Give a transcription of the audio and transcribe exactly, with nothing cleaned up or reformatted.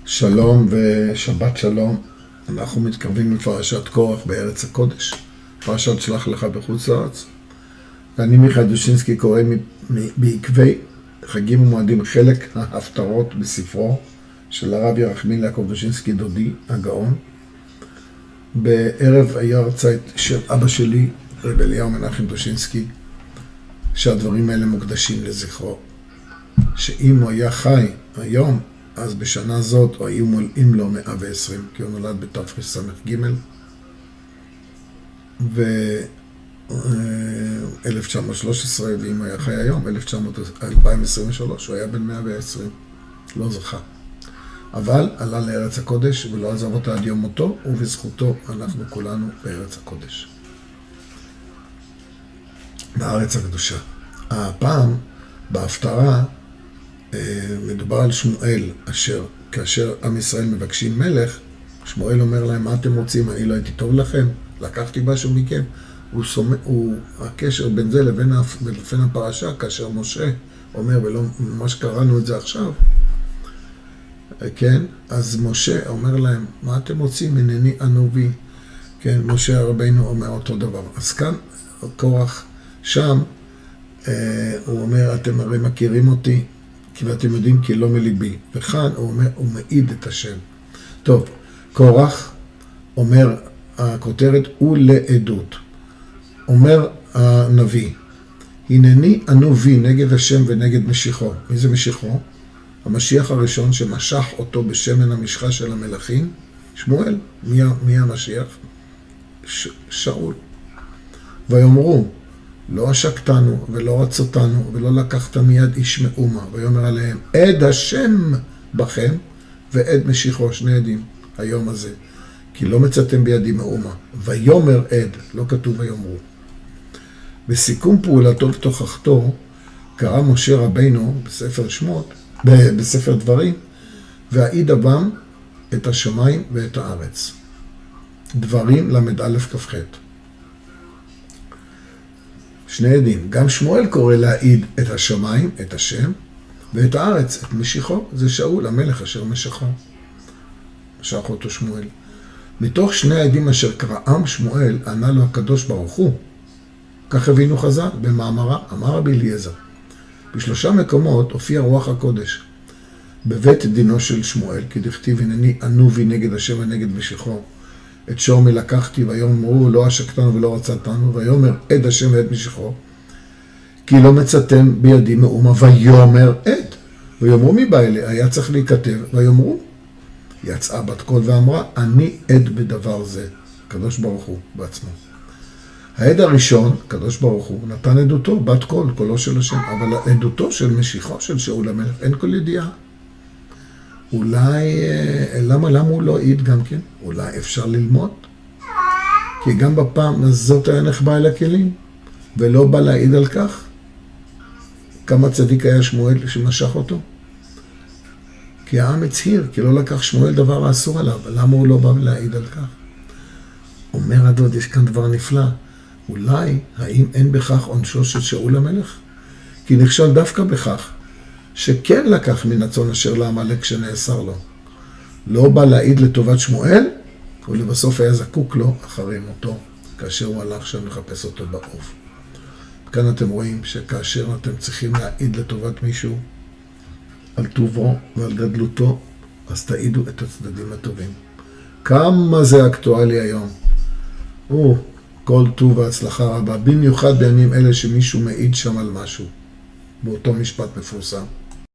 שלום ושבת שלום. אנחנו מתקרבים לפרשת קורח בארץ הקודש, פרשת שלח לך בחוץ לארץ. ואני מיכאל דושינסקי קורא בעקבי חגים ומועדים חלק ההפטרות בספרו של הרב ירחמיאל יעקב דושינסקי דודי הגאון. בערב היארצייט של אבא שלי, רב אליהו מנחם דושינסקי, שהדברים האלה מוקדשים לזכרו. שאם הוא היה חי היום, אז בשנה זאת, או היו מולאים לו מאה ועשרים, כי הוא נולד בתרס"ג, ו-אלף תשע מאות ושלוש עשרה, ואם הוא היה חי היום, אלפיים עשרים ושלוש, הוא היה בן מאה ועשרים, לא זכה. אבל עלה לארץ הקודש, ולא עזב אותה עד יום מותו, ובזכותו אנחנו כולנו בארץ הקודש. בארץ הקדושה. הפעם, בהפטרה, מדובר על שמואל, אשר כאשר עם ישראל מבקשים מלך, שמואל אומר להם, מה אתם רוצים? אני לא הייתי טוב לכם? לקחתי משהו מכם? הוא סומא, הוא, הקשר בין זה לבין, לבין הפרשה, כאשר משה אומר, ולא ממש קראנו את זה עכשיו, כן? אז משה אומר להם, מה אתם רוצים? הנני אנובי. כן, משה רבינו אומר אותו דבר. אז כאן, קורח, שם, אה, הוא אומר, אתם הרי מכירים אותי, כי ואתם יודעים כי לא מליבי. וכאן הוא אומר, הוא מעיד את השם. טוב, קורח אומר, הכותרת הוא לעדות. אומר הנביא, הנני אנובי נגד השם ונגד משיחו. מי זה משיחו? המשיח הראשון שמשך אותו בשמן המשחה של המלכים, שמואל. מי, מי המשיח? ש, שאול. ויאמרו, לא עשקתנו ולא רצותנו ולא לקחת מיד איש מאומה. ויאמר עליהם, עד השם בכם ועד משיחו, שני עדים היום הזה. כי לא מצאתם בידי מאומה. ויאמר עד, לא כתוב ויאמרו. בסיכום פעולתו ותוכחתו, קרא משה רבינו בספר שמות, בספר דברים, והעיד בם את השמיים ואת הארץ. דברים למד א' כ"ח. שני עדים. גם שמואל קורא להעיד את השמיים, את השם, ואת הארץ, את משיחו. זה שאול, המלך אשר משכו. משך אותו שמואל. מתוך שני העדים אשר קראם שמואל, ענה לו הקדוש ברוך הוא. כך הבינו חז"ל במאמרה, אמר רבי אליעזר. בשלושה מקומות הופיע רוח הקודש. בבית דינו של שמואל, כי דכתיב הנני אנובי נגד השם ונגד משיחו. את שורמי לקחתי, ויאמרו לא עשקתנו ולא רצתנו, ויאמר עד השם ועד משיחו, כי לא מצאתם בידי מאומה, ויאמר עד. ויאמרו מי בא אליה, היה צריך להיכתב, ויאמרו. יצאה בת קול ואמרה, אני עד בדבר זה, קדוש ברוך הוא בעצמו. העד הראשון, קדוש ברוך הוא, נתן עדותו, בת קול, קולו של השם, אבל עדותו של משיחו של שאול המלך, אין כל ידיעה. אולי, למה, למה הוא לא העיד גם כן? אולי אפשר ללמוד? כי גם בפעם הזאת היה נחבא אל הכלים, ולא בא להעיד על כך. כמה צדיק היה שמואל שמשך אותו? כי העם הצהיר, כי לא לקח שמואל דבר האסור עליו, למה הוא לא בא להעיד על כך? אומר הדוד, יש כאן דבר נפלא, אולי, האם אין בכך עונשו של שאול המלך? כי נכשל דווקא בכך, שכן לקח מן הצאן אשר לעמלק שנאסר לו. לא בא להעיד לטובת שמואל, ולבסוף היה זקוק לו אחרי מותו, כאשר הוא הלך שם לחפש אותו בעוף. כאן אתם רואים שכאשר אתם צריכים להעיד לטובת מישהו, על טובו ועל גדלותו, אז תעידו את הצדדים הטובים. כמה זה אקטואלי היום. או, כל טוב והצלחה רבה, במיוחד בימים אלה שמישהו מעיד שם על משהו, באותו משפט מפורסם.